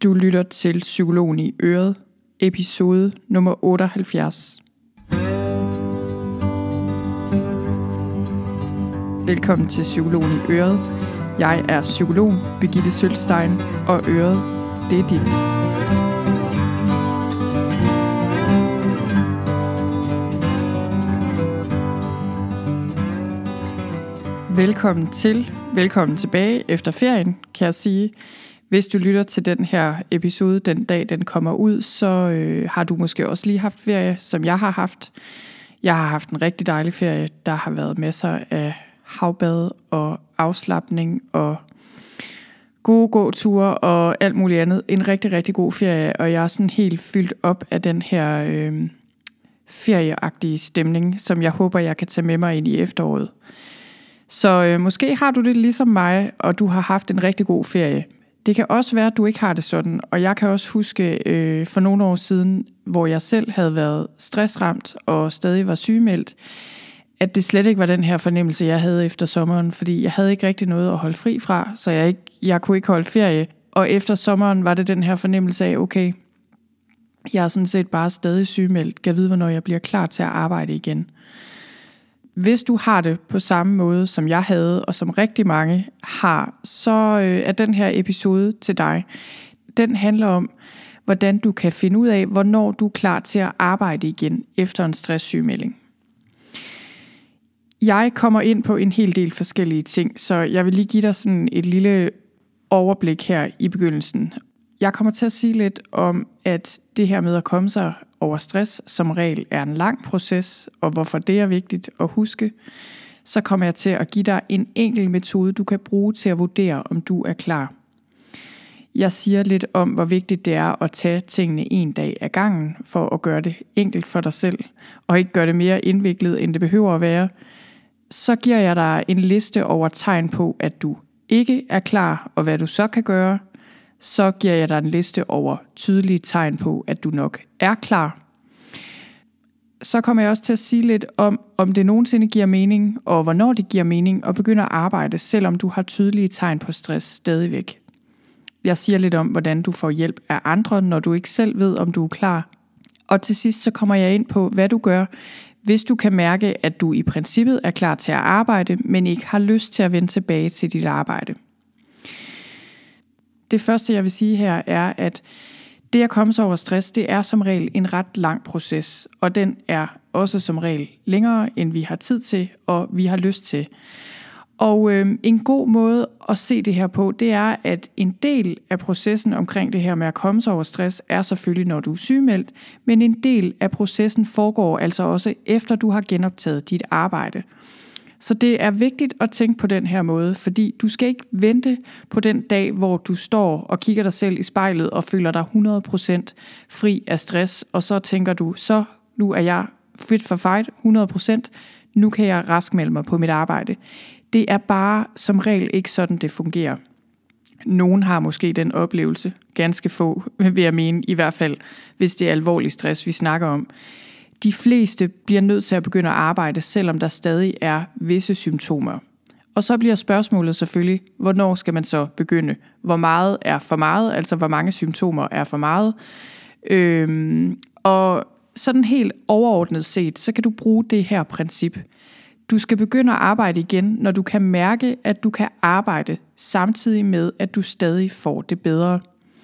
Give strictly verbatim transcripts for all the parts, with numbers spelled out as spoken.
Du lytter til Psykologen i Øret, episode nummer otteoghalvfjerds. Velkommen til Psykologen i Øret. Jeg er psykolog Birgitte Sølstein, og Øret, det er dit. Velkommen til, velkommen tilbage efter ferien, kan jeg sige. Hvis du lytter til den her episode den dag, den kommer ud, så øh, har du måske også lige haft ferie, som jeg har haft. Jeg har haft en rigtig dejlig ferie. Der har været masser af havbad og afslapning og gode gåture og alt muligt andet. En rigtig, rigtig god ferie, og jeg er sådan helt fyldt op af den her øh, ferieagtige stemning, som jeg håber, jeg kan tage med mig ind i efteråret. Så øh, måske har du det ligesom mig, og du har haft en rigtig god ferie. Det kan også være, at du ikke har det sådan, og jeg kan også huske øh, for nogle år siden, hvor jeg selv havde været stressramt og stadig var sygemeldt, at det slet ikke var den her fornemmelse, jeg havde efter sommeren, fordi jeg havde ikke rigtig noget at holde fri fra, så jeg, ikke, jeg kunne ikke holde ferie. Og efter sommeren var det den her fornemmelse af, okay, jeg er sådan set bare stadig sygemeldt, kan vide, hvornår jeg bliver klar til at arbejde igen. Hvis du har det på samme måde, som jeg havde, og som rigtig mange har, så øh, er den her episode til dig. Den handler om, hvordan du kan finde ud af, hvornår du er klar til at arbejde igen efter en stresssygemelding. Jeg kommer ind på en hel del forskellige ting, så jeg vil lige give dig sådan et lille overblik her i begyndelsen. Jeg kommer til at sige lidt om, at det her med at komme sig over stress som regel er en lang proces, og hvorfor det er vigtigt at huske. Så kommer jeg til at give dig en enkelt metode, du kan bruge til at vurdere, om du er klar. Jeg siger lidt om, hvor vigtigt det er at tage tingene en dag ad gangen, for at gøre det enkelt for dig selv, og ikke gøre det mere indviklet, end det behøver at være. Så giver jeg dig en liste over tegn på, at du ikke er klar, og hvad du så kan gøre. Så giver jeg dig en liste over tydelige tegn på, at du nok er klar. Så kommer jeg også til at sige lidt om, om det nogensinde giver mening, og hvornår det giver mening at begynde at arbejde, selvom du har tydelige tegn på stress stadigvæk. Jeg siger lidt om, hvordan du får hjælp af andre, når du ikke selv ved, om du er klar. Og til sidst så kommer jeg ind på, hvad du gør, hvis du kan mærke, at du i princippet er klar til at arbejde, men ikke har lyst til at vende tilbage til dit arbejde. Det første, jeg vil sige her, er, at det at komme sig over stress, det er som regel en ret lang proces, og den er også som regel længere, end vi har tid til, og vi har lyst til. Og øh, en god måde at se det her på, det er, at en del af processen omkring det her med at komme sig over stress, er selvfølgelig, når du er sygemeldt, men en del af processen foregår altså også efter du har genoptaget dit arbejde. Så det er vigtigt at tænke på den her måde, fordi du skal ikke vente på den dag, hvor du står og kigger dig selv i spejlet og føler dig hundrede procent fri af stress, og så tænker du, så nu er jeg fit for fight hundrede procent, nu kan jeg raskmelde mig på mit arbejde. Det er bare som regel ikke sådan, det fungerer. Nogen har måske den oplevelse, ganske få vil jeg mene, i hvert fald hvis det er alvorlig stress, vi snakker om. De fleste bliver nødt til at begynde at arbejde, selvom der stadig er visse symptomer. Og så bliver spørgsmålet selvfølgelig, hvornår skal man så begynde? Hvor meget er for meget? Altså hvor mange symptomer er for meget? Øhm, og sådan helt overordnet set, så kan du bruge det her princip. Du skal begynde at arbejde igen, når du kan mærke, at du kan arbejde, samtidig med, at du stadig får det bedre.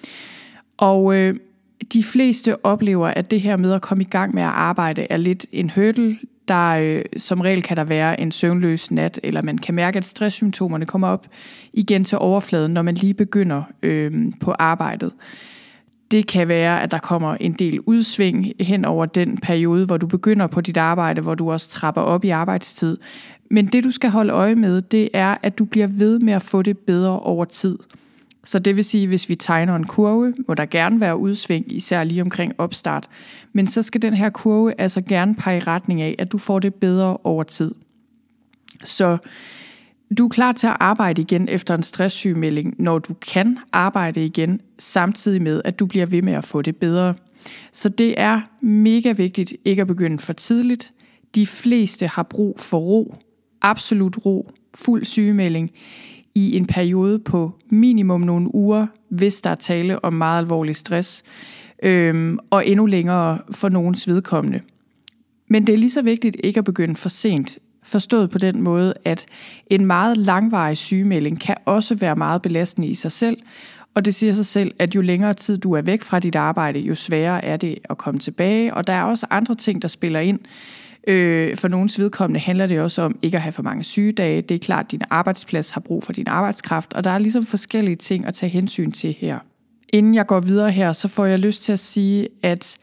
Og øh, de fleste oplever, at det her med at komme i gang med at arbejde er lidt en hurdle. Der øh, som regel kan der være en søvnløs nat, eller man kan mærke, at stresssymptomerne kommer op igen til overfladen, når man lige begynder øh, på arbejdet. Det kan være, at der kommer en del udsving hen over den periode, hvor du begynder på dit arbejde, hvor du også trapper op i arbejdstid. Men det, du skal holde øje med, det er, at du bliver ved med at få det bedre over tid. Så det vil sige, hvis vi tegner en kurve, må der gerne være udsving, især lige omkring opstart. Men så skal den her kurve altså gerne pege i retning af, at du får det bedre over tid. Så du er klar til at arbejde igen efter en stresssygemelding, når du kan arbejde igen, samtidig med, at du bliver ved med at få det bedre. Så det er mega vigtigt ikke at begynde for tidligt. De fleste har brug for ro, absolut ro, fuld sygemelding. i en periode på minimum nogle uger, hvis der er tale om meget alvorlig stress, øhm, og endnu længere for nogens vedkommende. Men det er lige så vigtigt ikke at begynde for sent, forstået på den måde, at en meget langvarig sygemelding kan også være meget belastende i sig selv, og det siger sig selv, at jo længere tid du er væk fra dit arbejde, jo sværere er det at komme tilbage, og der er også andre ting, der spiller ind. Øh, for nogens vedkommende handler det også om ikke at have for mange sygedage. Det er klart, at din arbejdsplads har brug for din arbejdskraft, og der er ligesom forskellige ting at tage hensyn til her. Inden jeg går videre her, så får jeg lyst til at sige, at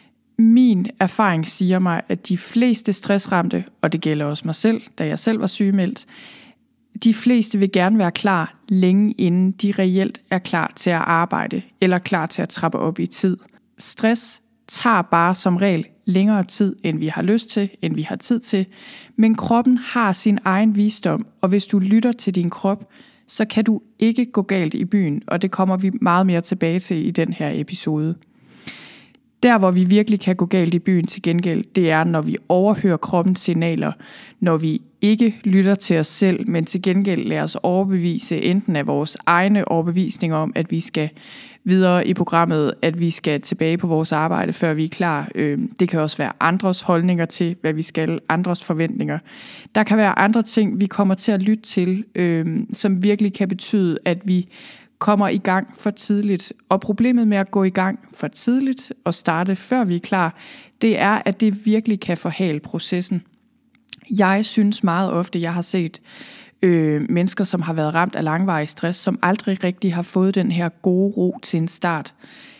min erfaring siger mig, at de fleste stressramte, og det gælder også mig selv, da jeg selv var sygemeldt, de fleste vil gerne være klar længe inden de reelt er klar til at arbejde, eller klar til at trappe op i tid. Stress tager bare som regel længere tid, end vi har lyst til, end vi har tid til, men kroppen har sin egen visdom, og hvis du lytter til din krop, så kan du ikke gå galt i byen, og det kommer vi meget mere tilbage til i den her episode. Der, hvor vi virkelig kan gå galt i byen til gengæld, det er, når vi overhører kroppens signaler, når vi ikke lytter til os selv, men til gengæld lader os overbevise enten af vores egne overbevisninger om, at vi skal videre i programmet, at vi skal tilbage på vores arbejde, før vi er klar. Det kan også være andres holdninger til, hvad vi skal, andres forventninger. Der kan være andre ting, vi kommer til at lytte til, som virkelig kan betyde, at vi kommer i gang for tidligt. Og problemet med at gå i gang for tidligt og starte før vi er klar, det er, at det virkelig kan forhale processen. Jeg synes meget ofte, jeg har set øh, mennesker, som har været ramt af langvarig stress, som aldrig rigtig har fået den her gode ro til en start.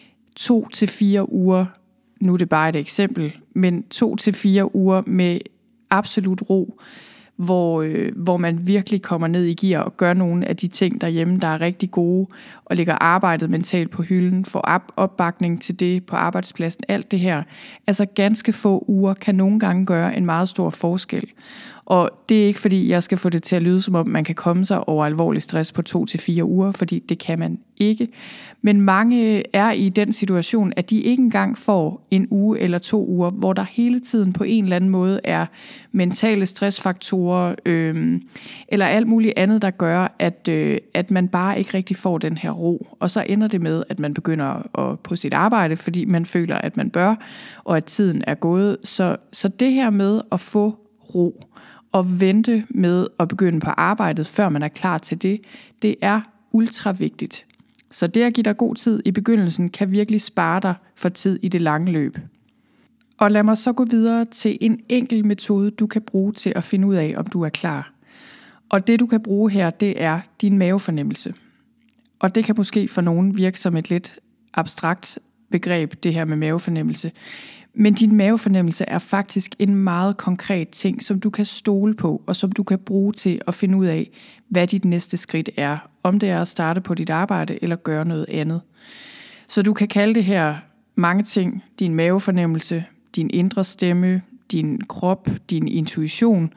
To til fire uger, nu er det bare et eksempel, men to til fire uger med absolut ro, hvor, øh, hvor man virkelig kommer ned i gear og gør nogle af de ting derhjemme, der er rigtig gode, og lægger arbejdet mentalt på hylden, får op- opbakning til det på arbejdspladsen, alt det her. Altså ganske få uger kan nogle gange gøre en meget stor forskel. Og det er ikke fordi, jeg skal få det til at lyde, som om man kan komme sig over alvorlig stress på to til fire uger, fordi det kan man ikke. Men mange er i den situation, at de ikke engang får en uge eller to uger, hvor der hele tiden på en eller anden måde er mentale stressfaktorer, øh, eller alt muligt andet, der gør, at, øh, at man bare ikke rigtig får den her ro. Og så ender det med, at man begynder at, på sit arbejde, fordi man føler, at man bør, og at tiden er gået. Så, så det her med at få ro, og vente med at begynde på arbejdet, før man er klar til det, det er ultra vigtigt. Så det at give dig god tid i begyndelsen, kan virkelig spare dig for tid i det lange løb. Og lad mig så gå videre til en enkelt metode, du kan bruge til at finde ud af, om du er klar. Og det du kan bruge her, det er din mavefornemmelse. Og det kan måske for nogen virke som et lidt abstrakt begreb, det her med mavefornemmelse. Men din mavefornemmelse er faktisk en meget konkret ting, som du kan stole på, og som du kan bruge til at finde ud af, hvad dit næste skridt er. Om det er at starte på dit arbejde, eller gøre noget andet. Så du kan kalde det her mange ting. Din mavefornemmelse, din indre stemme, din krop, din intuition.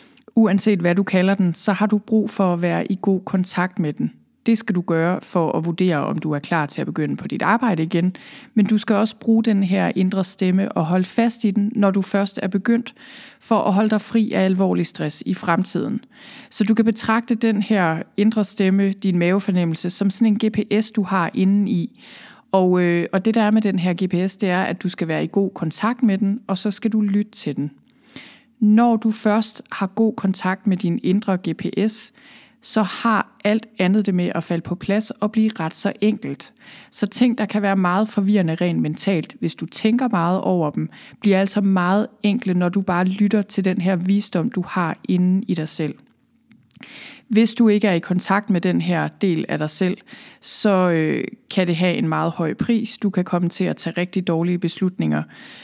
Uanset hvad du kalder den, så har du brug for at være i god kontakt med den. Det skal du gøre for at vurdere, om du er klar til at begynde på dit arbejde igen. Men du skal også bruge den her indre stemme og holde fast i den, når du først er begyndt, for at holde dig fri af alvorlig stress i fremtiden. Så du kan betragte den her indre stemme, din mavefornemmelse, som sådan en G P S, du har inde i. Og, øh, og det der er med den her G P S, det er, at du skal være i god kontakt med den, og så skal du lytte til den. Når du først har god kontakt med din indre G P S, så har alt andet det med at falde på plads og blive ret så enkelt. Så ting, der kan være meget forvirrende rent mentalt, hvis du tænker meget over dem, bliver altså meget enkle, når du bare lytter til den her visdom, du har inde i dig selv. Hvis du ikke er i kontakt med den her del af dig selv, så øh, kan det have en meget høj pris. Du kan komme til at tage rigtig dårlige beslutninger.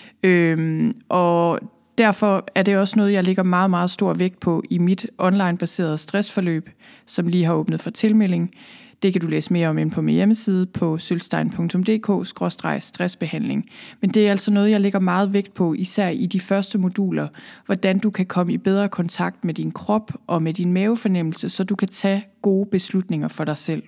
Øhm, og Derfor er det også noget, jeg lægger meget, meget stor vægt på i mit online-baserede stressforløb, som lige har åbnet for tilmelding. Det kan du læse mere om inde på min hjemmeside på sølstein punktum d k skråstreg stressbehandling. Men det er altså noget, jeg lægger meget vægt på, især i de første moduler, hvordan du kan komme i bedre kontakt med din krop og med din mavefornemmelse, så du kan tage gode beslutninger for dig selv.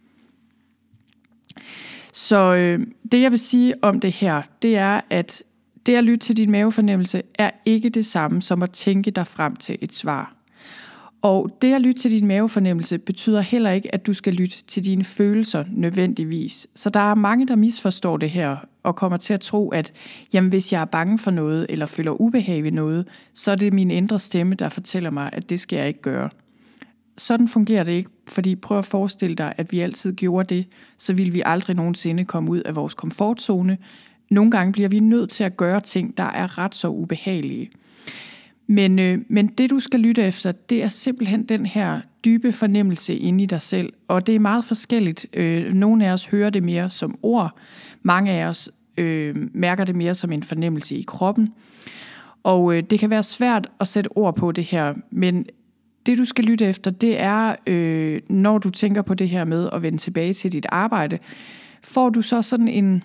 Så øh, det jeg vil sige om det her, det er, at det at lytte til din mavefornemmelse er ikke det samme som at tænke dig frem til et svar. Og det at lytte til din mavefornemmelse betyder heller ikke, at du skal lytte til dine følelser nødvendigvis. Så der er mange, der misforstår det her og kommer til at tro, at jamen, hvis jeg er bange for noget eller føler ubehag ved noget, så er det min indre stemme, der fortæller mig, at det skal jeg ikke gøre. Sådan fungerer det ikke, fordi prøv at forestille dig, at vi altid gjorde det, så ville vi aldrig nogensinde komme ud af vores komfortzone. Nogle gange bliver vi nødt til at gøre ting, der er ret så ubehagelige. Men, øh, men det du skal lytte efter, det er simpelthen den her dybe fornemmelse inde i dig selv. Og det er meget forskelligt. Øh, nogle af os hører det mere som ord. Mange af os øh, mærker det mere som en fornemmelse i kroppen. Og øh, det kan være svært at sætte ord på det her. Men det du skal lytte efter, det er, øh, når du tænker på det her med at vende tilbage til dit arbejde, får du så sådan en...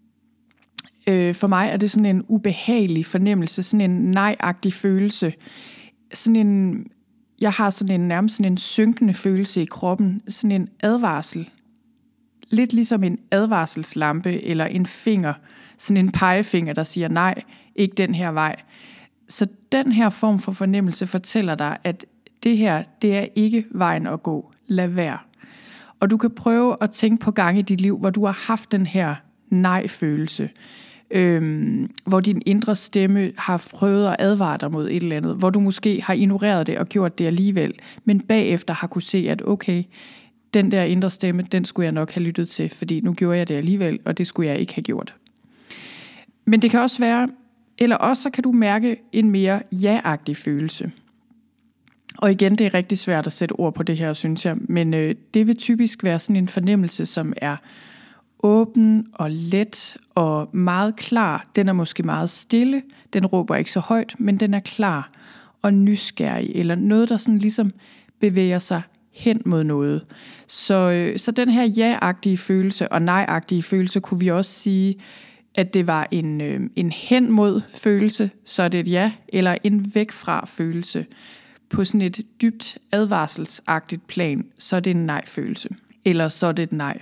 For mig er det sådan en ubehagelig fornemmelse, sådan en nej-agtig følelse. Sådan en, jeg har sådan en nærmest sådan en synkende følelse i kroppen, sådan en advarsel. Lidt ligesom en advarselslampe eller en finger, sådan en pegefinger, der siger nej, ikke den her vej. Så den her form for fornemmelse fortæller dig, at det her, det er ikke vejen at gå. Lad være. Og du kan prøve at tænke på gange i dit liv, hvor du har haft den her nej-følelse. Øhm, hvor din indre stemme har prøvet at advare dig mod et eller andet, hvor du måske har ignoreret det og gjort det alligevel, men bagefter har kunne se, at okay, den der indre stemme, den skulle jeg nok have lyttet til, fordi nu gjorde jeg det alligevel, og det skulle jeg ikke have gjort. Men det kan også være, eller også så kan du mærke en mere ja-agtig følelse. Og igen, det er rigtig svært at sætte ord på det her, synes jeg, men øh, det vil typisk være sådan en fornemmelse, som er åben og let og meget klar. Den er måske meget stille, den råber ikke så højt, men den er klar og nysgerrig, eller noget, der sådan ligesom bevæger sig hen mod noget. Så, så den her ja-agtige følelse og nej-agtige følelse, kunne vi også sige, at det var en, en hen mod følelse, så er det et ja, eller en væk fra følelse. På sådan et dybt advarselsagtigt plan, så er det en nej-følelse, eller så er det et nej.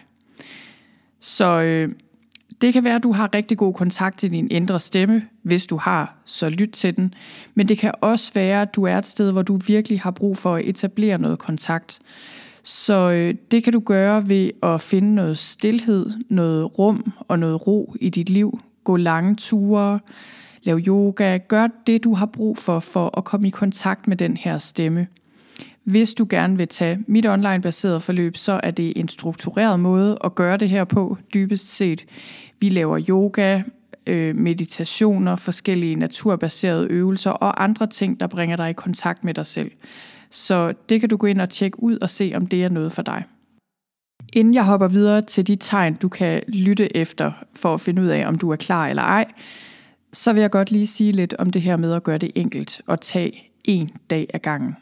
Så øh, det kan være, at du har rigtig god kontakt til din indre stemme. Hvis du har, så lyt til den. Men det kan også være, at du er et sted, hvor du virkelig har brug for at etablere noget kontakt. Så øh, det kan du gøre ved at finde noget stilhed, noget rum og noget ro i dit liv. Gå lange ture, lav yoga, gør det, du har brug for, for at komme i kontakt med den her stemme. Hvis du gerne vil tage mit online-baserede forløb, så er det en struktureret måde at gøre det her på, dybest set. Vi laver yoga, meditationer, forskellige naturbaserede øvelser og andre ting, der bringer dig i kontakt med dig selv. Så det kan du gå ind og tjekke ud og se, om det er noget for dig. Inden jeg hopper videre til de tegn, du kan lytte efter for at finde ud af, om du er klar eller ej, så vil jeg godt lige sige lidt om det her med at gøre det enkelt og tage en dag ad gangen.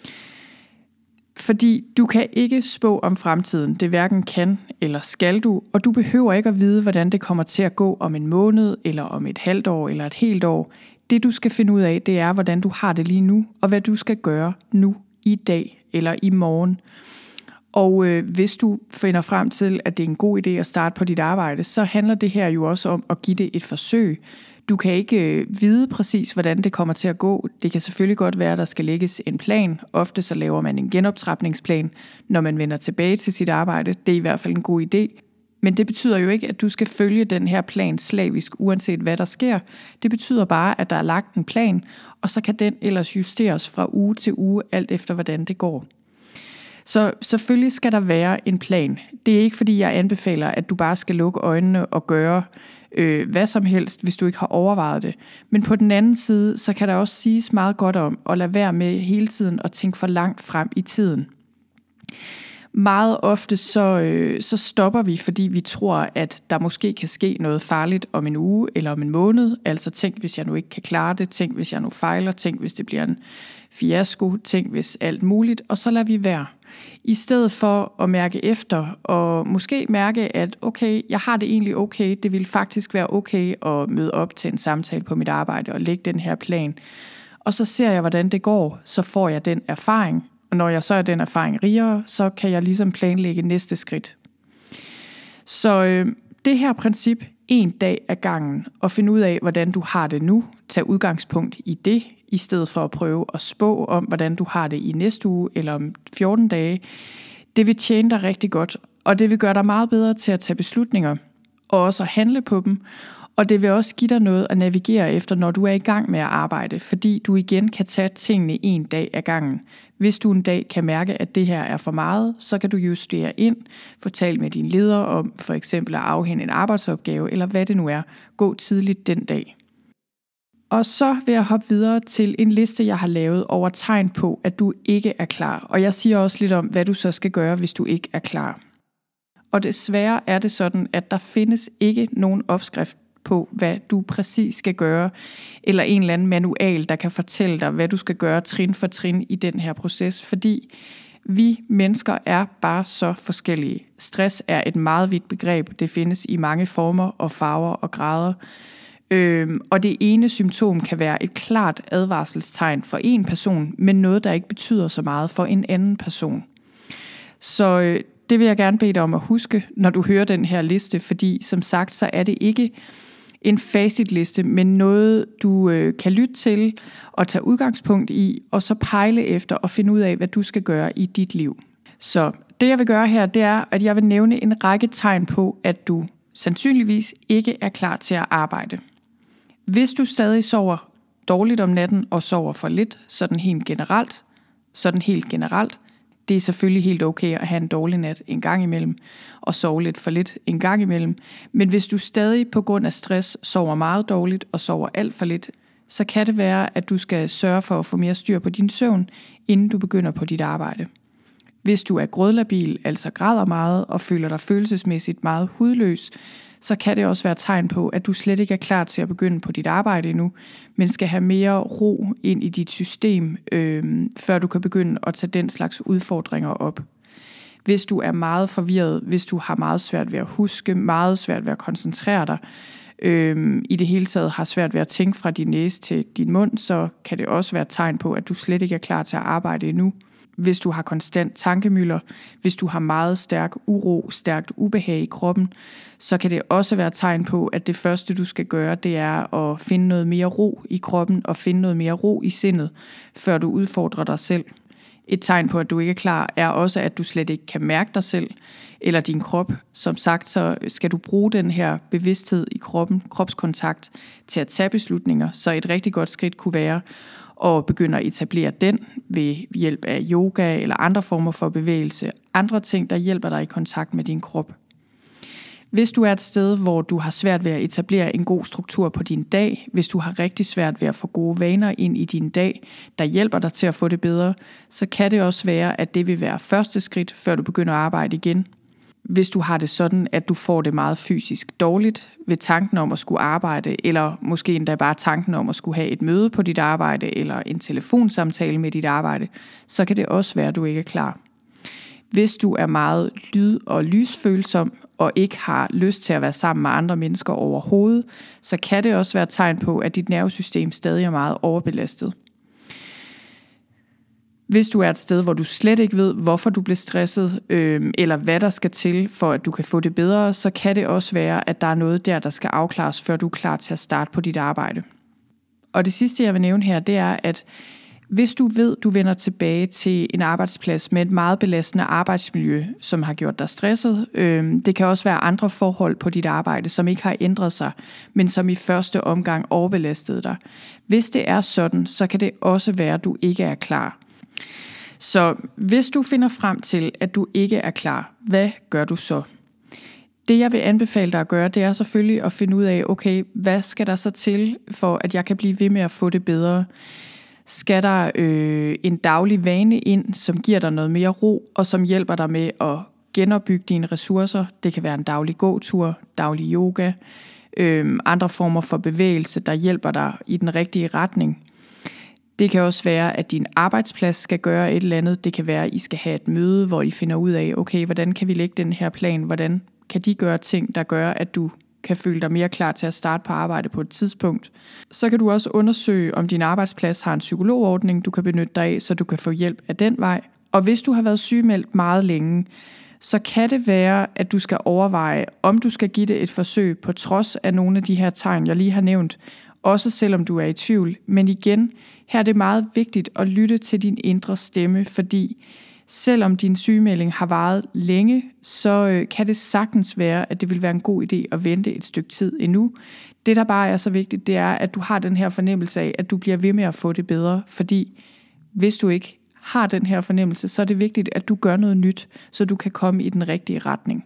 Fordi du kan ikke spå om fremtiden, det hverken kan eller skal du, og du behøver ikke at vide, hvordan det kommer til at gå om en måned, eller om et halvt år, eller et helt år. Det du skal finde ud af, det er, hvordan du har det lige nu, og hvad du skal gøre nu, i dag eller i morgen. Og øh, hvis du finder frem til, at det er en god idé at starte på dit arbejde, så handler det her jo også om at give det et forsøg. Du kan ikke øh, vide præcis, hvordan det kommer til at gå. Det kan selvfølgelig godt være, at der skal lægges en plan. Ofte så laver man en genoptrapningsplan, når man vender tilbage til sit arbejde. Det er i hvert fald en god idé. Men det betyder jo ikke, at du skal følge den her plan slavisk, uanset hvad der sker. Det betyder bare, at der er lagt en plan, og så kan den ellers justeres fra uge til uge, alt efter hvordan det går. Så selvfølgelig skal der være en plan. Det er ikke fordi, jeg anbefaler, at du bare skal lukke øjnene og gøre øh, hvad som helst, hvis du ikke har overvejet det. Men på den anden side, så kan der også siges meget godt om at lade være med hele tiden at tænke for langt frem i tiden. Meget ofte så, øh, så stopper vi, fordi vi tror, at der måske kan ske noget farligt om en uge eller om en måned. Altså tænk, hvis jeg nu ikke kan klare det. Tænk, hvis jeg nu fejler. Tænk, hvis det bliver en fiasko. Tænk, hvis alt muligt. Og så lader vi være. I stedet for at mærke efter og måske mærke, at okay, jeg har det egentlig okay. Det vil faktisk være okay at møde op til en samtale på mit arbejde og lægge den her plan. Og så ser jeg, hvordan det går. Så får jeg den erfaring. Og når jeg så er den erfaring rigere, så kan jeg ligesom planlægge næste skridt. Så øh, det her princip, en dag ad gangen, og finde ud af, hvordan du har det nu, tag udgangspunkt i det, i stedet for at prøve at spå om, hvordan du har det i næste uge eller om fjorten dage, det vil tjene dig rigtig godt, og det vil gøre dig meget bedre til at tage beslutninger, og også at handle på dem, og det vil også give dig noget at navigere efter, når du er i gang med at arbejde, fordi du igen kan tage tingene en dag ad gangen. Hvis du en dag kan mærke, at det her er for meget, så kan du justere ind, få talt med din leder om for eksempel at afhænde en arbejdsopgave, eller hvad det nu er. Gå tidligt den dag. Og så vil jeg hoppe videre til en liste, jeg har lavet over tegn på, at du ikke er klar. Og jeg siger også lidt om, hvad du så skal gøre, hvis du ikke er klar. Og desværre er det sådan, at der findes ikke nogen opskrift på, hvad du præcis skal gøre, eller en eller anden manual, der kan fortælle dig, hvad du skal gøre trin for trin i den her proces, fordi vi mennesker er bare så forskellige. Stress er et meget vidt begreb. Det findes i mange former og farver og grader. Øhm, og det ene symptom kan være et klart advarselstegn for en person, men noget, der ikke betyder så meget for en anden person. Så øh, det vil jeg gerne bede dig om at huske, når du hører den her liste, fordi som sagt, så er det ikke en facitliste, men noget, du øh, kan lytte til og tage udgangspunkt i, og så pejle efter og finde ud af, hvad du skal gøre i dit liv. Så det, jeg vil gøre her, det er, at jeg vil nævne en række tegn på, at du sandsynligvis ikke er klar til at arbejde. Hvis du stadig sover dårligt om natten og sover for lidt, sådan helt generelt, sådan helt generelt, det er selvfølgelig helt okay at have en dårlig nat en gang imellem, og sove lidt for lidt en gang imellem. Men hvis du stadig på grund af stress sover meget dårligt og sover alt for lidt, så kan det være, at du skal sørge for at få mere styr på din søvn, inden du begynder på dit arbejde. Hvis du er grådlabil, altså græder meget og føler dig følelsesmæssigt meget hudløs, så kan det også være et tegn på, at du slet ikke er klar til at begynde på dit arbejde endnu, men skal have mere ro ind i dit system, øh, før du kan begynde at tage den slags udfordringer op. Hvis du er meget forvirret, hvis du har meget svært ved at huske, meget svært ved at koncentrere dig, øh, i det hele taget har svært ved at tænke fra din næse til din mund, så kan det også være et tegn på, at du slet ikke er klar til at arbejde endnu. Hvis du har konstant tankemylder, hvis du har meget stærk uro, stærkt ubehag i kroppen, så kan det også være et tegn på, at det første du skal gøre, det er at finde noget mere ro i kroppen og finde noget mere ro i sindet, før du udfordrer dig selv. Et tegn på, at du ikke er klar, er også, at du slet ikke kan mærke dig selv eller din krop. Som sagt, så skal du bruge den her bevidsthed i kroppen, kropskontakt, til at tage beslutninger. Så et rigtig godt skridt kunne være og begynde at etablere den ved hjælp af yoga eller andre former for bevægelse. Andre ting, der hjælper dig i kontakt med din krop. Hvis du er et sted, hvor du har svært ved at etablere en god struktur på din dag, hvis du har rigtig svært ved at få gode vaner ind i din dag, der hjælper dig til at få det bedre, så kan det også være, at det vil være første skridt, før du begynder at arbejde igen. Hvis du har det sådan, at du får det meget fysisk dårligt ved tanken om at skulle arbejde, eller måske endda bare tanken om at skulle have et møde på dit arbejde, eller en telefonsamtale med dit arbejde, så kan det også være, at du ikke er klar. Hvis du er meget lyd- og lysfølsom, og ikke har lyst til at være sammen med andre mennesker overhovedet, så kan det også være et tegn på, at dit nervesystem stadig er meget overbelastet. Hvis du er et sted, hvor du slet ikke ved, hvorfor du bliver stresset, øh, eller hvad der skal til, for at du kan få det bedre, så kan det også være, at der er noget der, der skal afklares, før du er klar til at starte på dit arbejde. Og det sidste, jeg vil nævne her, det er, at hvis du ved, du vender tilbage til en arbejdsplads med et meget belastende arbejdsmiljø, som har gjort dig stresset, øh, det kan også være andre forhold på dit arbejde, som ikke har ændret sig, men som i første omgang overbelastede dig. Hvis det er sådan, så kan det også være, at du ikke er klar. Så hvis du finder frem til, at du ikke er klar, hvad gør du så? Det jeg vil anbefale dig at gøre, det er selvfølgelig at finde ud af, okay, hvad skal der så til, for at jeg kan blive ved med at få det bedre? Skal der øh, en daglig vane ind, som giver dig noget mere ro, og som hjælper dig med at genopbygge dine ressourcer? Det kan være en daglig gåtur, daglig yoga, øh, andre former for bevægelse, der hjælper dig i den rigtige retning. Det kan også være, at din arbejdsplads skal gøre et eller andet. Det kan være, at I skal have et møde, hvor I finder ud af, okay, hvordan kan vi lægge den her plan? Hvordan kan de gøre ting, der gør, at du kan føle dig mere klar til at starte på arbejde på et tidspunkt? Så kan du også undersøge, om din arbejdsplads har en psykologordning, du kan benytte dig af, så du kan få hjælp af den vej. Og hvis du har været sygemeldt meget længe, så kan det være, at du skal overveje, om du skal give det et forsøg på trods af nogle af de her tegn, jeg lige har nævnt, også selvom du er i tvivl. Men igen, her er det meget vigtigt at lytte til din indre stemme, fordi selvom din sygemelding har varet længe, så kan det sagtens være, at det vil være en god idé at vente et stykke tid endnu. Det, der bare er så vigtigt, det er, at du har den her fornemmelse af, at du bliver ved med at få det bedre, fordi hvis du ikke har den her fornemmelse, så er det vigtigt, at du gør noget nyt, så du kan komme i den rigtige retning.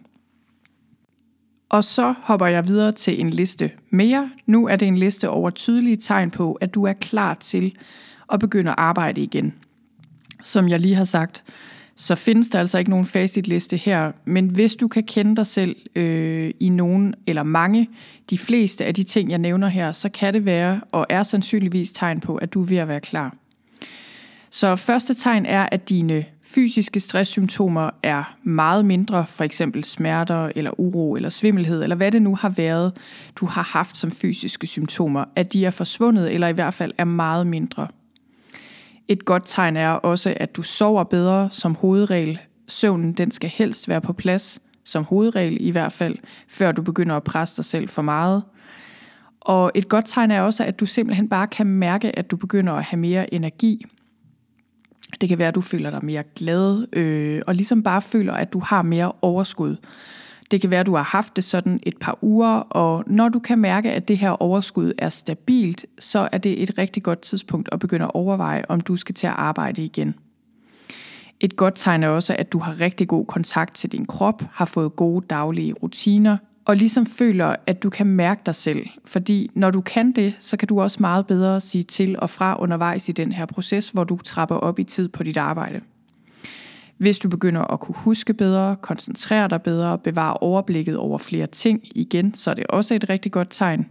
Og så hopper jeg videre til en liste mere. Nu er det en liste over tydelige tegn på, at du er klar til at begynde at arbejde igen. Som jeg lige har sagt, så findes der altså ikke nogen facitliste her, men hvis du kan kende dig selv øh, i nogen eller mange, de fleste af de ting, jeg nævner her, så kan det være og er sandsynligvis tegn på, at du er ved at være klar. Så første tegn er, at dine fysiske stresssymptomer er meget mindre, for eksempel smerter eller uro eller svimmelhed, eller hvad det nu har været, du har haft som fysiske symptomer, at de er forsvundet eller i hvert fald er meget mindre. Et godt tegn er også, at du sover bedre som hovedregel. Søvnen den skal helst være på plads, som hovedregel i hvert fald, før du begynder at presse dig selv for meget. Og et godt tegn er også, at du simpelthen bare kan mærke, at du begynder at have mere energi. Det kan være, at du føler dig mere glad, øh, og ligesom bare føler, at du har mere overskud. Det kan være, at du har haft det sådan et par uger, og når du kan mærke, at det her overskud er stabilt, så er det et rigtig godt tidspunkt at begynde at overveje, om du skal til at arbejde igen. Et godt tegn er også, at du har rigtig god kontakt til din krop, har fået gode daglige rutiner, og ligesom føler, at du kan mærke dig selv. Fordi når du kan det, så kan du også meget bedre sige til og fra undervejs i den her proces, hvor du trapper op i tid på dit arbejde. Hvis du begynder at kunne huske bedre, koncentrere dig bedre, bevare overblikket over flere ting igen, så er det også et rigtig godt tegn.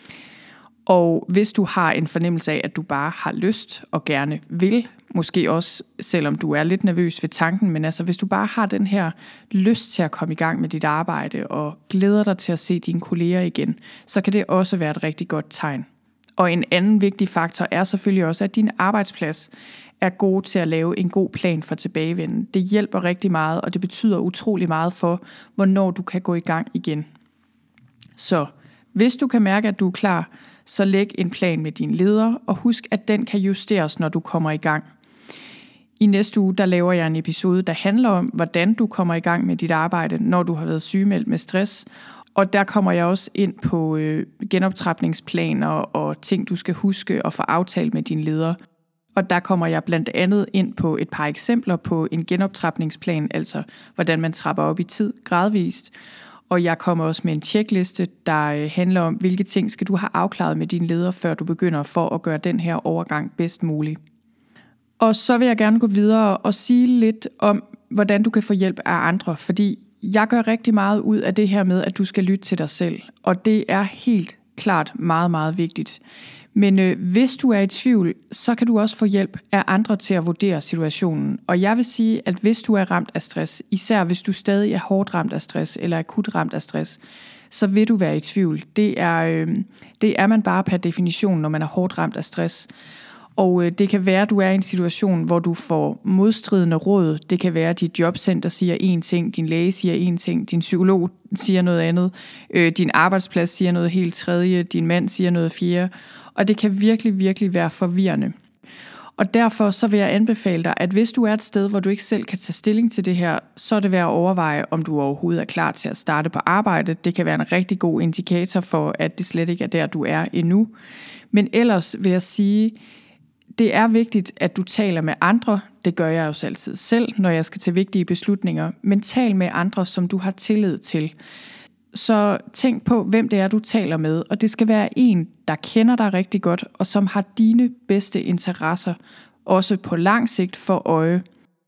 Og hvis du har en fornemmelse af, at du bare har lyst og gerne vil, måske også selvom du er lidt nervøs ved tanken, men altså hvis du bare har den her lyst til at komme i gang med dit arbejde og glæder dig til at se dine kolleger igen, så kan det også være et rigtig godt tegn. Og en anden vigtig faktor er selvfølgelig også, at din arbejdsplads er god til at lave en god plan for tilbagevenden. Det hjælper rigtig meget, og det betyder utrolig meget for, hvornår du kan gå i gang igen. Så hvis du kan mærke, at du er klar, så læg en plan med din leder, og husk, at den kan justeres, når du kommer i gang. I næste uge, der laver jeg en episode, der handler om, hvordan du kommer i gang med dit arbejde, når du har været sygemeldt med stress. Og der kommer jeg også ind på øh, genoptrapningsplaner og ting, du skal huske og få aftalt med din leder. Og der kommer jeg blandt andet ind på et par eksempler på en genoptrapningsplan, altså hvordan man trapper op i tid gradvist. Og jeg kommer også med en tjekliste, der handler om, hvilke ting skal du have afklaret med din leder, før du begynder for at gøre den her overgang bedst mulig. Og så vil jeg gerne gå videre og sige lidt om, hvordan du kan få hjælp af andre, fordi jeg gør rigtig meget ud af det her med, at du skal lytte til dig selv, og det er helt klart meget, meget vigtigt. Men øh, hvis du er i tvivl, så kan du også få hjælp af andre til at vurdere situationen. Og jeg vil sige, at hvis du er ramt af stress, især hvis du stadig er hårdt ramt af stress eller akut ramt af stress, så vil du være i tvivl. Det er, øh, det er man bare per definition, når man er hårdt ramt af stress. Og øh, det kan være, at du er i en situation, hvor du får modstridende råd. Det kan være, at dit jobcenter siger én ting, din læge siger én ting, din psykolog siger noget andet, øh, din arbejdsplads siger noget helt tredje, din mand siger noget fjerde. Og det kan virkelig, virkelig være forvirrende. Og derfor så vil jeg anbefale dig, at hvis du er et sted, hvor du ikke selv kan tage stilling til det her, så er det værd at overveje, om du overhovedet er klar til at starte på arbejde. Det kan være en rigtig god indikator for, at det slet ikke er der, du er endnu. Men ellers vil jeg sige, det er vigtigt, at du taler med andre. Det gør jeg jo altid selv, når jeg skal tage vigtige beslutninger. Men tal med andre, som du har tillid til. Så tænk på, hvem det er, du taler med, og det skal være en, der kender dig rigtig godt, og som har dine bedste interesser, også på lang sigt for øje.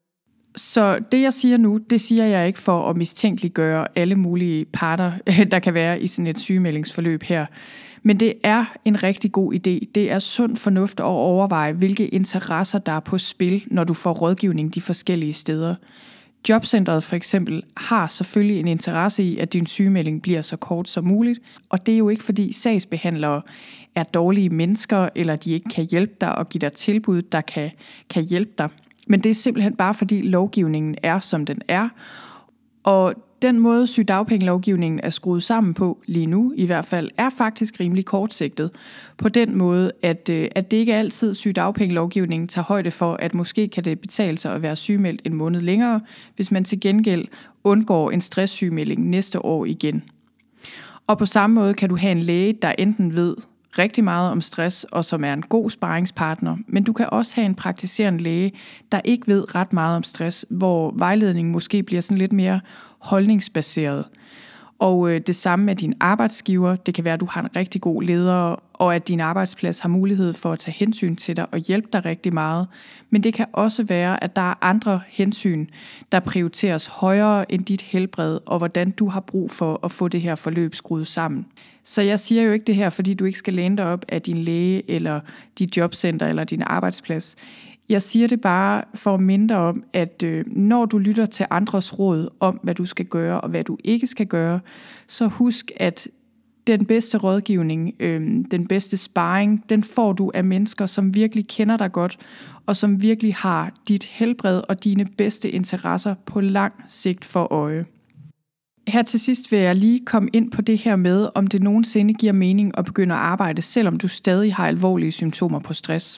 Så det, jeg siger nu, det siger jeg ikke for at mistænkeliggøre alle mulige parter, der kan være i sådan et sygemeldingsforløb her. Men det er en rigtig god idé. Det er sund fornuft at overveje, hvilke interesser, der er på spil, når du får rådgivning de forskellige steder. Jobcentret for eksempel har selvfølgelig en interesse i, at din sygemelding bliver så kort som muligt, og det er jo ikke fordi sagsbehandlere er dårlige mennesker, eller de ikke kan hjælpe dig og give dig tilbud, der kan, kan hjælpe dig. Men det er simpelthen bare fordi lovgivningen er, som den er, Og den måde sygedagpengelovgivningen er skruet sammen på lige nu, i hvert fald, er faktisk rimelig kortsigtet. På den måde, at, at det ikke altid sygedagpengelovgivningen tager højde for, at måske kan det betale sig at være sygemeldt en måned længere, hvis man til gengæld undgår en stresssygemelding næste år igen. Og på samme måde kan du have en læge, der enten ved rigtig meget om stress, og som er en god sparringspartner, men du kan også have en praktiserende læge, der ikke ved ret meget om stress, hvor vejledningen måske bliver sådan lidt mere holdningsbaseret. Og øh, det samme med din arbejdsgiver. Det kan være, at du har en rigtig god leder, og at din arbejdsplads har mulighed for at tage hensyn til dig og hjælpe dig rigtig meget. Men det kan også være, at der er andre hensyn, der prioriteres højere end dit helbred, og hvordan du har brug for at få det her forløb skruet sammen. Så jeg siger jo ikke det her, fordi du ikke skal læne dig op af din læge, eller dit jobcenter, eller din arbejdsplads. Jeg siger det bare for at minde dig om, at øh, når du lytter til andres råd om, hvad du skal gøre og hvad du ikke skal gøre, så husk, at den bedste rådgivning, øh, den bedste sparring, den får du af mennesker, som virkelig kender dig godt, og som virkelig har dit helbred og dine bedste interesser på lang sigt for øje. Her til sidst vil jeg lige komme ind på det her med, om det nogensinde giver mening at begynde at arbejde, selvom du stadig har alvorlige symptomer på stress.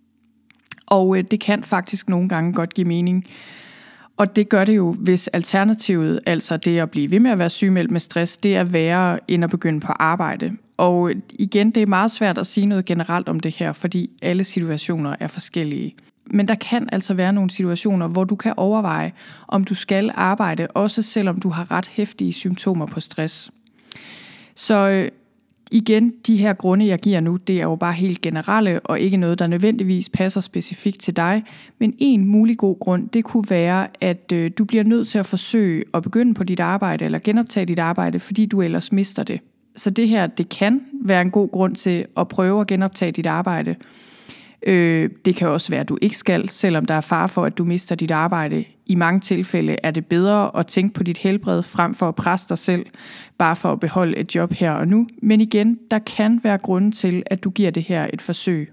Og øh, det kan faktisk nogle gange godt give mening. Og det gør det jo, hvis alternativet, altså det at blive ved med at være sygemeldt med stress, det er værre end at begynde på arbejde. Og igen, det er meget svært at sige noget generelt om det her, fordi alle situationer er forskellige. Men der kan altså være nogle situationer, hvor du kan overveje, om du skal arbejde, også selvom du har ret heftige symptomer på stress. Så øh, igen, de her grunde, jeg giver nu, det er jo bare helt generelle, og ikke noget, der nødvendigvis passer specifikt til dig. Men en mulig god grund, det kunne være, at øh, du bliver nødt til at forsøge at begynde på dit arbejde, eller genoptage dit arbejde, fordi du ellers mister det. Så det her, det kan være en god grund til at prøve at genoptage dit arbejde. Øh, det kan også være, at du ikke skal, selvom der er fare for, at du mister dit arbejde. I mange tilfælde er det bedre at tænke på dit helbred, frem for at presse dig selv, bare for at beholde et job her og nu. Men igen, der kan være grunden til, at du giver det her et forsøg.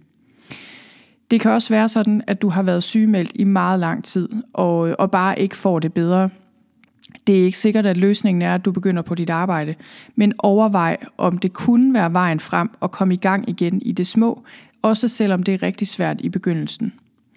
Det kan også være sådan, at du har været sygemeldt i meget lang tid, og, og bare ikke får det bedre. Det er ikke sikkert, at løsningen er, at du begynder på dit arbejde, men overvej, om det kunne være vejen frem og komme i gang igen i det små, også selvom det er rigtig svært i begyndelsen.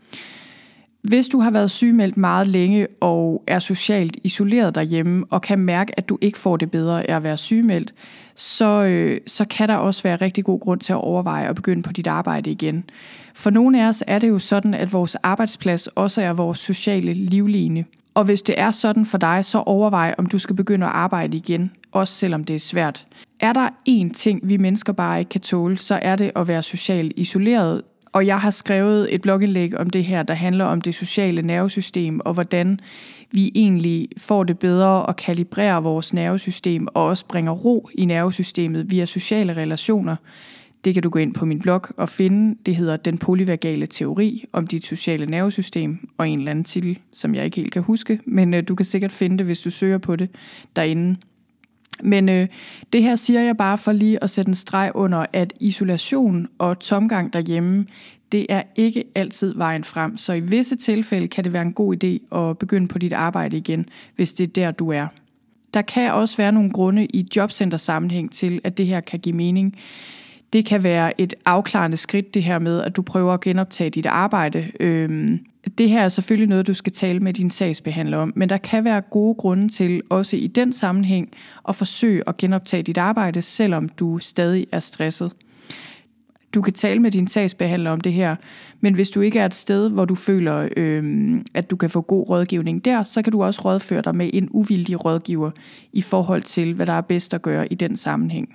Hvis du har været sygemeldt meget længe og er socialt isoleret derhjemme og kan mærke, at du ikke får det bedre af at være sygemeldt, så, øh, så kan der også være rigtig god grund til at overveje at begynde på dit arbejde igen. For nogle af os er det jo sådan, at vores arbejdsplads også er vores sociale livline. Og hvis det er sådan for dig, så overvej, om du skal begynde at arbejde igen, også selvom det er svært. Er der én ting, vi mennesker bare ikke kan tåle, så er det at være socialt isoleret. Og jeg har skrevet et blogindlæg om det her, der handler om det sociale nervesystem, og hvordan vi egentlig får det bedre og kalibrerer vores nervesystem, og også bringer ro i nervesystemet via sociale relationer. Det kan du gå ind på min blog og finde. Det hedder Den polyvagale teori om dit sociale nervesystem, og en eller anden titel, som jeg ikke helt kan huske, men øh, du kan sikkert finde det, hvis du søger på det derinde. Men øh, det her siger jeg bare for lige at sætte en streg under, at isolation og tomgang derhjemme, det er ikke altid vejen frem. Så i visse tilfælde kan det være en god idé at begynde på dit arbejde igen, hvis det er der, du er. Der kan også være nogle grunde i jobcentersammenhæng til, at det her kan give mening. Det kan være et afklarende skridt, det her med, at du prøver at genoptage dit arbejde. Øhm, det her er selvfølgelig noget, du skal tale med din sagsbehandler om, men der kan være gode grunde til, også i den sammenhæng, at forsøge at genoptage dit arbejde, selvom du stadig er stresset. Du kan tale med din sagsbehandler om det her, men hvis du ikke er et sted, hvor du føler, øhm, at du kan få god rådgivning der, så kan du også rådføre dig med en uvildig rådgiver i forhold til, hvad der er bedst at gøre i den sammenhæng.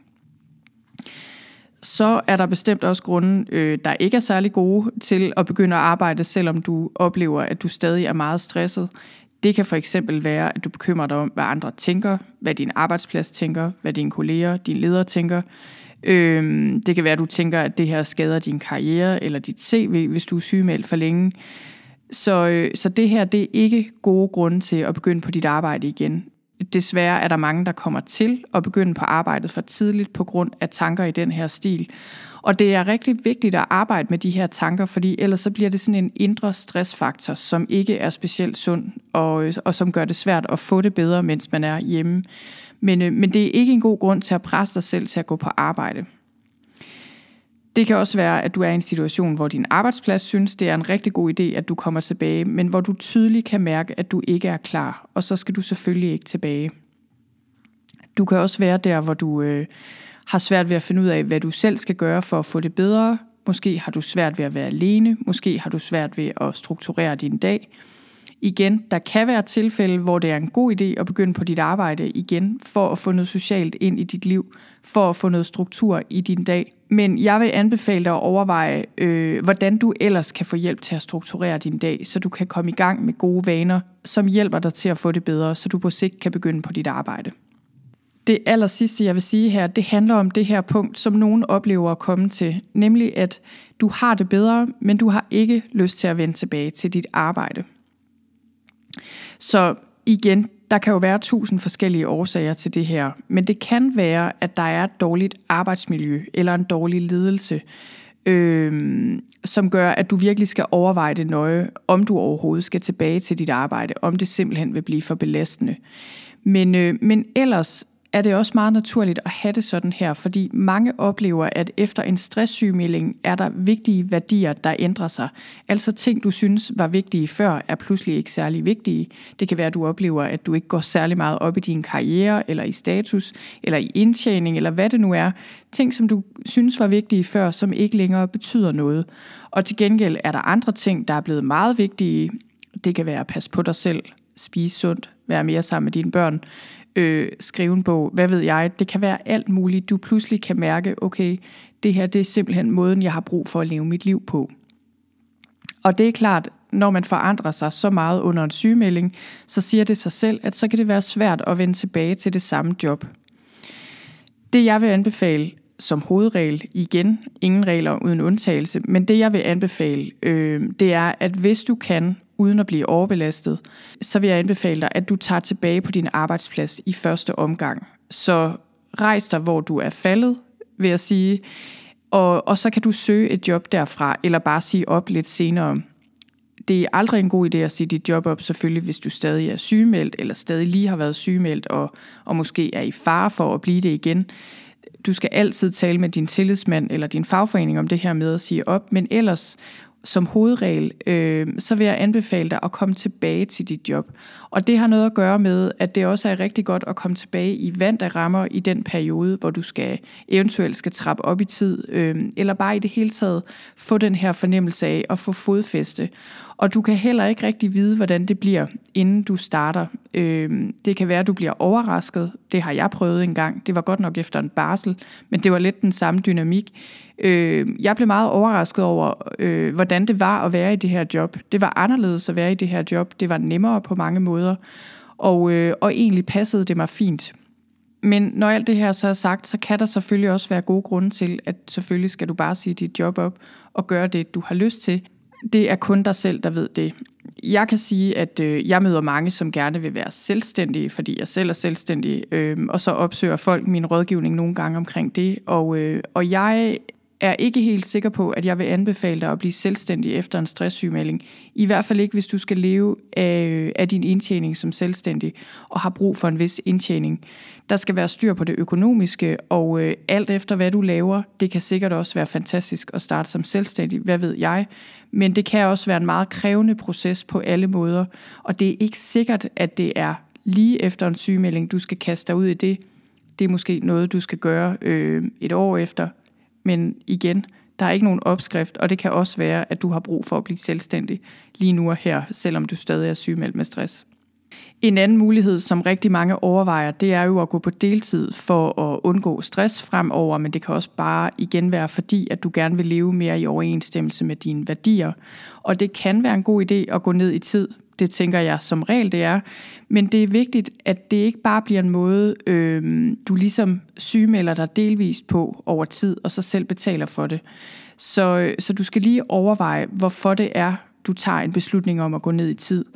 Så er der bestemt også grunde, øh, der ikke er særlig gode til at begynde at arbejde, selvom du oplever, at du stadig er meget stresset. Det kan for eksempel være, at du bekymrer dig om, hvad andre tænker, hvad din arbejdsplads tænker, hvad dine kolleger, dine ledere tænker. Øh, det kan være, at du tænker, at det her skader din karriere eller dit C V, hvis du er sygemeldt for længe. Så, øh, så det her, det er ikke gode grunde til at begynde på dit arbejde igen. Desværre er der mange, der kommer til at begynde på arbejdet for tidligt på grund af tanker i den her stil. Og det er rigtig vigtigt at arbejde med de her tanker, fordi ellers så bliver det sådan en indre stressfaktor, som ikke er specielt sund, og, og som gør det svært at få det bedre, mens man er hjemme. Men, øh, men det er ikke en god grund til at presse dig selv til at gå på arbejde. Det kan også være, at du er i en situation, hvor din arbejdsplads synes, det er en rigtig god idé, at du kommer tilbage, men hvor du tydeligt kan mærke, at du ikke er klar, og så skal du selvfølgelig ikke tilbage. Du kan også være der, hvor du øh, har svært ved at finde ud af, hvad du selv skal gøre for at få det bedre. Måske har du svært ved at være alene, måske har du svært ved at strukturere din dag. Igen, der kan være tilfælde, hvor det er en god idé at begynde på dit arbejde igen, for at få noget socialt ind i dit liv, for at få noget struktur i din dag. Men jeg vil anbefale dig at overveje, øh, hvordan du ellers kan få hjælp til at strukturere din dag, så du kan komme i gang med gode vaner, som hjælper dig til at få det bedre, så du på sigt kan begynde på dit arbejde. Det aller sidste, jeg vil sige her, det handler om det her punkt, som nogen oplever at komme til, nemlig at du har det bedre, men du har ikke lyst til at vende tilbage til dit arbejde. Så igen, der kan jo være tusind forskellige årsager til det her, men det kan være, at der er et dårligt arbejdsmiljø eller en dårlig ledelse, øh, som gør, at du virkelig skal overveje det nøje, om du overhovedet skal tilbage til dit arbejde, om det simpelthen vil blive for belastende. Men, øh, men ellers er det også meget naturligt at have det sådan her, fordi mange oplever, at efter en stresssygemelding er der vigtige værdier, der ændrer sig. Altså ting, du synes var vigtige før, er pludselig ikke særlig vigtige. Det kan være, at du oplever, at du ikke går særlig meget op i din karriere, eller i status, eller i indtjening, eller hvad det nu er. Ting, som du synes var vigtige før, som ikke længere betyder noget. Og til gengæld er der andre ting, der er blevet meget vigtige. Det kan være at passe på dig selv, spise sundt, være mere sammen med dine børn, Øh, skrive en bog, hvad ved jeg, det kan være alt muligt, du pludselig kan mærke, okay, det her det er simpelthen måden, jeg har brug for at leve mit liv på. Og det er klart, når man forandrer sig så meget under en sygemelding, så siger det sig selv, at så kan det være svært at vende tilbage til det samme job. Det jeg vil anbefale som hovedregel, igen, ingen regler uden undtagelse, men det jeg vil anbefale, øh, det er, at hvis du kan, uden at blive overbelastet, så vil jeg anbefale dig, at du tager tilbage på din arbejdsplads i første omgang. Så rejs dig, hvor du er faldet, vil jeg sige, og, og så kan du søge et job derfra, eller bare sige op lidt senere. Det er aldrig en god idé at sige dit job op, selvfølgelig, hvis du stadig er sygemeldt, eller stadig lige har været sygemeldt, og, og måske er i fare for at blive det igen. Du skal altid tale med din tillidsmand eller din fagforening om det her med at sige op, men ellers som hovedregel, øh, så vil jeg anbefale dig at komme tilbage til dit job. Og det har noget at gøre med, at det også er rigtig godt at komme tilbage i vante rammer i den periode, hvor du skal eventuelt skal trappe op i tid, øh, eller bare i det hele taget få den her fornemmelse af at få fodfæste. Og du kan heller ikke rigtig vide, hvordan det bliver, inden du starter. Øh, det kan være, at du bliver overrasket. Det har jeg prøvet en gang. Det var godt nok efter en barsel, men det var lidt den samme dynamik. Øh, jeg blev meget overrasket over, øh, hvordan det var at være i det her job. Det var anderledes at være i det her job. Det var nemmere på mange måder, og, øh, og egentlig passede det mig fint. Men når alt det her så er sagt, så kan der selvfølgelig også være gode grunde til, at selvfølgelig skal du bare sige dit job op og gøre det, du har lyst til. Det er kun dig selv, der ved det. Jeg kan sige, at øh, jeg møder mange, som gerne vil være selvstændige, fordi jeg selv er selvstændig, øh, og så opsøger folk min rådgivning nogle gange omkring det. Og, øh, og jeg er ikke helt sikker på, at jeg vil anbefale dig at blive selvstændig efter en stresssygemelding. I hvert fald ikke, hvis du skal leve af, af din indtjening som selvstændig og har brug for en vis indtjening. Der skal være styr på det økonomiske, og øh, alt efter hvad du laver, det kan sikkert også være fantastisk at starte som selvstændig, hvad ved jeg. Men det kan også være en meget krævende proces på alle måder, og det er ikke sikkert, at det er lige efter en sygemelding, du skal kaste dig ud i det. Det er måske noget, du skal gøre øh, et år efter. Men igen, der er ikke nogen opskrift, og det kan også være, at du har brug for at blive selvstændig lige nu og her, selvom du stadig er sygemeldt med stress. En anden mulighed, som rigtig mange overvejer, det er jo at gå på deltid for at undgå stress fremover, men det kan også bare igen være fordi, at du gerne vil leve mere i overensstemmelse med dine værdier. Og det kan være en god idé at gå ned i tid. Det tænker jeg som regel, det er. Men det er vigtigt, at det ikke bare bliver en måde, øh, du ligesom sygemelder dig delvist på over tid, og så selv betaler for det. Så, så du skal lige overveje, hvorfor det er, du tager en beslutning om at gå ned i tid.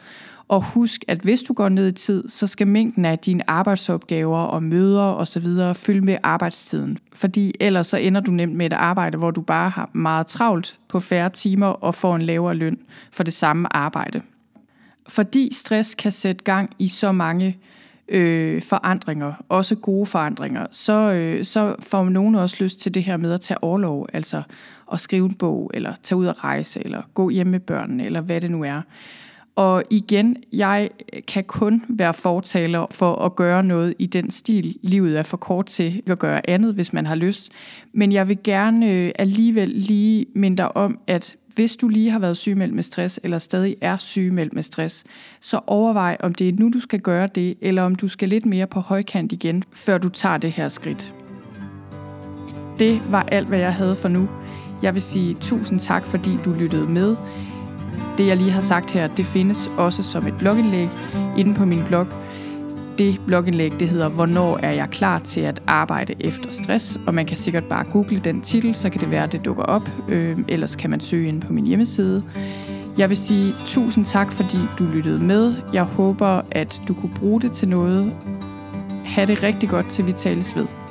Og husk, at hvis du går ned i tid, så skal mængden af dine arbejdsopgaver og møder osv. følge med arbejdstiden. Fordi ellers så ender du nemt med et arbejde, hvor du bare har meget travlt på færre timer og får en lavere løn for det samme arbejde. Fordi stress kan sætte gang i så mange øh, forandringer, også gode forandringer, så, øh, så får nogen også lyst til det her med at tage orlov, altså at skrive en bog, eller tage ud at rejse, eller gå hjem med børnene, eller hvad det nu er. Og igen, jeg kan kun være fortaler for at gøre noget i den stil. Livet er for kort til at gøre andet, hvis man har lyst. Men jeg vil gerne øh, alligevel lige minde dig om, at hvis du lige har været sygemeldt med stress, eller stadig er sygemeldt med stress, så overvej, om det er nu, du skal gøre det, eller om du skal lidt mere på højkant igen, før du tager det her skridt. Det var alt, hvad jeg havde for nu. Jeg vil sige tusind tak, fordi du lyttede med. Det, jeg lige har sagt her, det findes også som et blogindlæg inde på min blog. Det blogindlæg, det hedder, Hvornår er jeg klar til at arbejde efter stress? Og man kan sikkert bare google den titel, så kan det være, at det dukker op. Øh, ellers kan man søge ind på min hjemmeside. Jeg vil sige tusind tak, fordi du lyttede med. Jeg håber, at du kunne bruge det til noget. Ha' det rigtig godt, til vi tales ved.